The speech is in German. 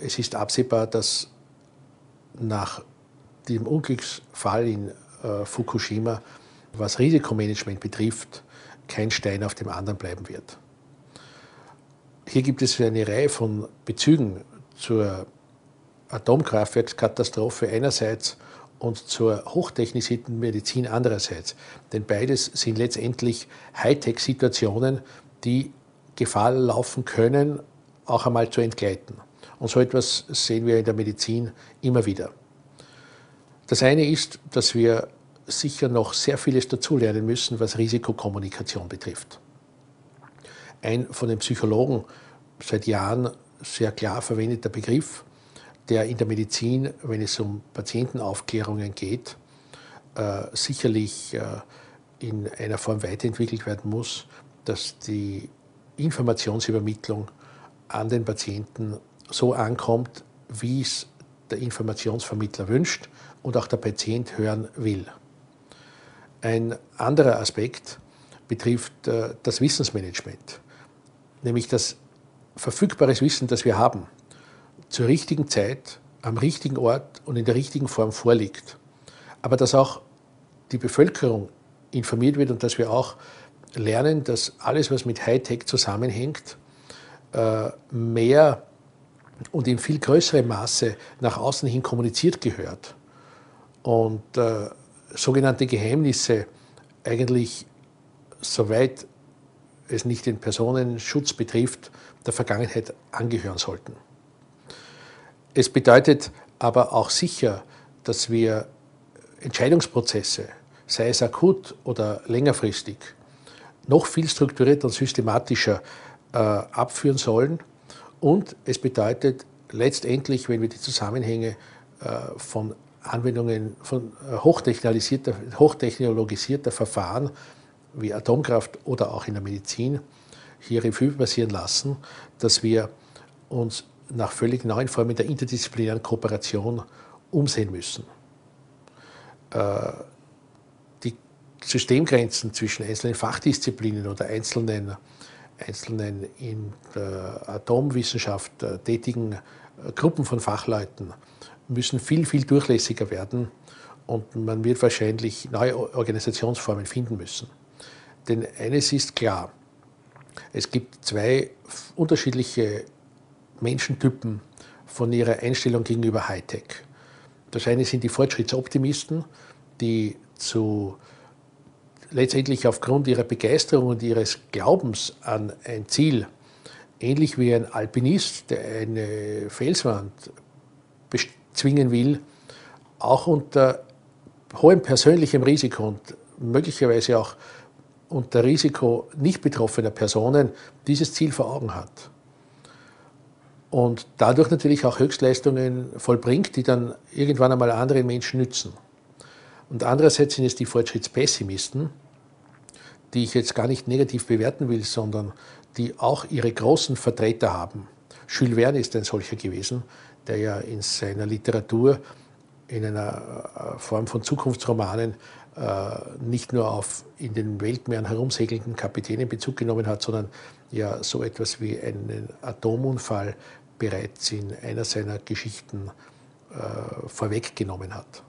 es ist absehbar, dass nach dem Unglücksfall in Fukushima, was Risikomanagement betrifft, kein Stein auf dem anderen bleiben wird. Hier gibt es eine Reihe von Bezügen zur Atomkraftwerkskatastrophe einerseits und zur hochtechnisierten Medizin andererseits. Denn beides sind letztendlich Hightech-Situationen, die Gefahr laufen können, auch einmal zu entgleiten. Und so etwas sehen wir in der Medizin immer wieder. Das eine ist, dass wir sicher noch sehr vieles dazulernen müssen, was Risikokommunikation betrifft. Ein von den Psychologen seit Jahren sehr klar verwendeter Begriff, der in der Medizin, wenn es um Patientenaufklärungen geht, sicherlich in einer Form weiterentwickelt werden muss, dass die Informationsübermittlung an den Patienten so ankommt, wie es der Informationsvermittler wünscht und auch der Patient hören will. Ein anderer Aspekt betrifft das Wissensmanagement, nämlich das verfügbares Wissen, das wir haben, zur richtigen Zeit, am richtigen Ort und in der richtigen Form vorliegt. Aber dass auch die Bevölkerung informiert wird und dass wir auch lernen, dass alles, was mit Hightech zusammenhängt, mehr und in viel größerem Maße nach außen hin kommuniziert gehört. Und sogenannte Geheimnisse eigentlich, soweit es nicht den Personenschutz betrifft, der Vergangenheit angehören sollten. Es bedeutet aber auch sicher, dass wir Entscheidungsprozesse, sei es akut oder längerfristig, noch viel strukturierter und systematischer abführen sollen. Und es bedeutet letztendlich, wenn wir die Zusammenhänge von Anwendungen von hochtechnologisierter Verfahren wie Atomkraft oder auch in der Medizin hier Revue passieren lassen, dass wir uns nach völlig neuen Formen der interdisziplinären Kooperation umsehen müssen. Die Systemgrenzen zwischen einzelnen Fachdisziplinen oder einzelnen in der Atomwissenschaft tätigen Gruppen von Fachleuten müssen viel, viel durchlässiger werden und man wird wahrscheinlich neue Organisationsformen finden müssen. Denn eines ist klar, es gibt zwei unterschiedliche Menschentypen von ihrer Einstellung gegenüber Hightech. Das eine sind die Fortschrittsoptimisten, die letztendlich aufgrund ihrer Begeisterung und ihres Glaubens an ein Ziel, ähnlich wie ein Alpinist, der eine Felswand bezwingen will, auch unter hohem persönlichem Risiko und möglicherweise auch unter Risiko nicht betroffener Personen dieses Ziel vor Augen hat. Und dadurch natürlich auch Höchstleistungen vollbringt, die dann irgendwann einmal anderen Menschen nützen. Und andererseits sind es die Fortschrittspessimisten, die ich jetzt gar nicht negativ bewerten will, sondern die auch ihre großen Vertreter haben. Jules Verne ist ein solcher gewesen, der ja in seiner Literatur in einer Form von Zukunftsromanen nicht nur auf in den Weltmeeren herumsegelnden Kapitäne Bezug genommen hat, sondern ja so etwas wie einen Atomunfall bereits in einer seiner Geschichten vorweggenommen hat.